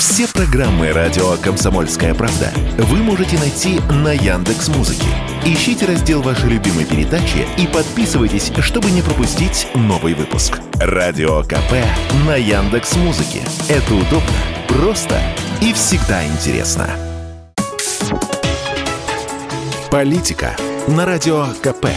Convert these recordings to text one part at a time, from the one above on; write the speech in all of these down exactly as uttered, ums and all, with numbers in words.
Все программы радио «Комсомольская правда» вы можете найти на Яндекс.Музыке. Ищите раздел вашей любимой передачи и подписывайтесь, чтобы не пропустить новый выпуск. Радио КП на Яндекс.Музыке. Это удобно, просто и всегда интересно. Политика на радио КП.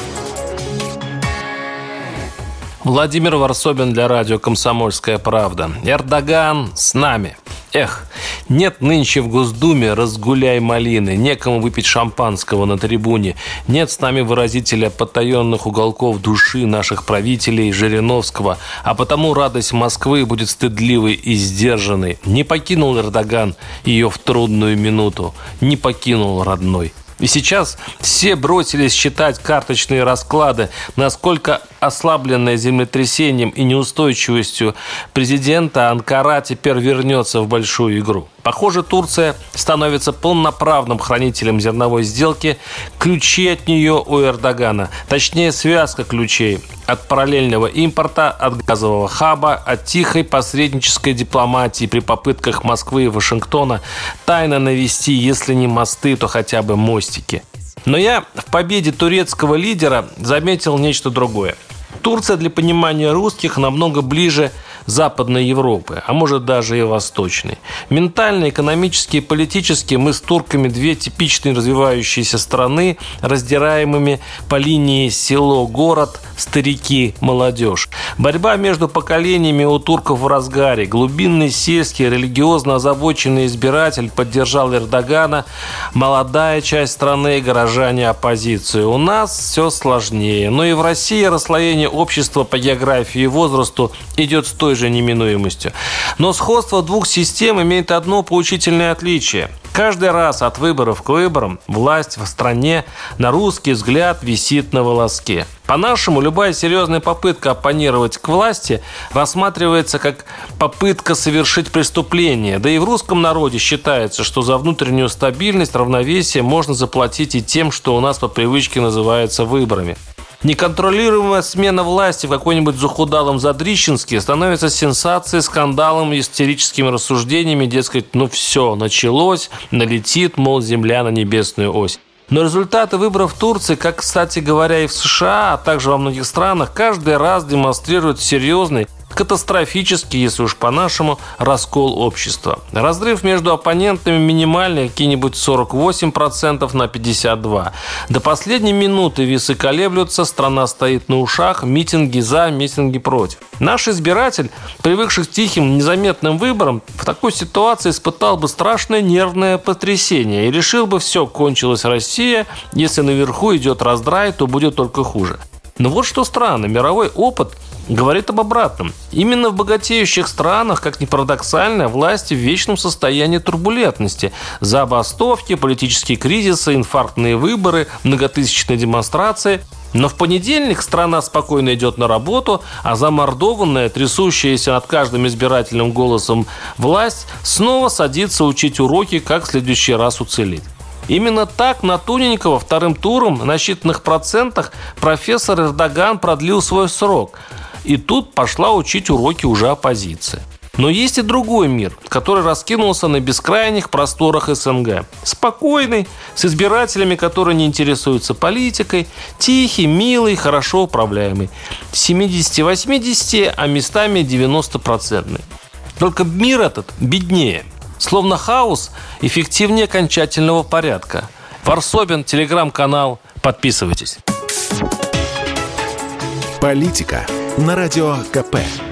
Владимир Варсобин для радио «Комсомольская правда». Эрдоган с нами. Эх, нет нынче в Госдуме разгуляй малины, некому выпить шампанского на трибуне, нет с нами выразителя потаенных уголков души наших правителей Жириновского, а потому радость Москвы будет стыдливой и сдержанной. Не покинул Эрдоган ее в трудную минуту, не покинул родной. И сейчас все бросились считать карточные расклады, насколько ослабленная землетрясением и неустойчивостью президента Анкара теперь вернется в большую игру. Похоже, Турция становится полноправным хранителем зерновой сделки. Ключи от нее у Эрдогана. Точнее, связка ключей от параллельного импорта, от газового хаба, от тихой посреднической дипломатии при попытках Москвы и Вашингтона тайно навести, если не мосты, то хотя бы мостики. Но я в победе турецкого лидера заметил нечто другое. Турция, для понимания русских, намного ближе Западной Европы, а может даже и Восточной. Ментально, экономически и политически мы с турками две типичные развивающиеся страны, раздираемыми по линии село-город, старики-молодежь. Борьба между поколениями у турков в разгаре. Глубинный сельский, религиозно озабоченный избиратель поддержал Эрдогана, молодая часть страны – горожане оппозицию. У нас все сложнее. Но и в России расслоение общества по географии и возрасту идет с той же неминуемостью. Но сходство двух систем имеет одно поучительное отличие. Каждый раз от выборов к выборам власть в стране, на русский взгляд, висит на волоске. По-нашему, любая серьезная попытка оппонировать к власти рассматривается как попытка совершить преступление. Да и в русском народе считается, что за внутреннюю стабильность, равновесие можно заплатить и тем, что у нас по привычке называется выборами. Неконтролируемая смена власти в какой-нибудь захудалом Задрищенске становится сенсацией, скандалом и истерическими рассуждениями, дескать, ну все, началось, налетит, мол, земля на небесную ось. Но результаты выборов в Турции, как, кстати говоря, и в США, а также во многих странах, каждый раз демонстрируют серьезный, катастрофический, если уж по-нашему, раскол общества. Разрыв между оппонентами минимальный, какие-нибудь сорок восемь процентов на пятьдесят два процента. До последней минуты весы колеблются, страна стоит на ушах, митинги за, митинги против. Наш избиратель, привыкший к тихим, незаметным выборам, в такой ситуации испытал бы страшное нервное потрясение и решил бы, все, кончилась Россия, если наверху идет раздрай, то будет только хуже. Но вот что странно, мировой опыт говорит об обратном. Именно в богатеющих странах, как ни парадоксально, власти в вечном состоянии турбулентности. Забастовки, политические кризисы, инфарктные выборы, многотысячные демонстрации. Но в понедельник страна спокойно идет на работу, а замордованная, трясущаяся над каждым избирательным голосом власть снова садится учить уроки, как в следующий раз уцелеть. Именно так на тоненького вторым туром на считанных процентах профессор Эрдоган продлил свой срок. И тут пошла учить уроки уже оппозиция. Но есть и другой мир, который раскинулся на бескрайних просторах СНГ. Спокойный, с избирателями, которые не интересуются политикой, тихий, милый, хорошо управляемый. семьдесят-восемьдесят, а местами девяносто-процентный. Только мир этот беднее. Словно хаос эффективнее окончательного порядка. Варсобин, телеграм-канал. Подписывайтесь. Политика на радио КП.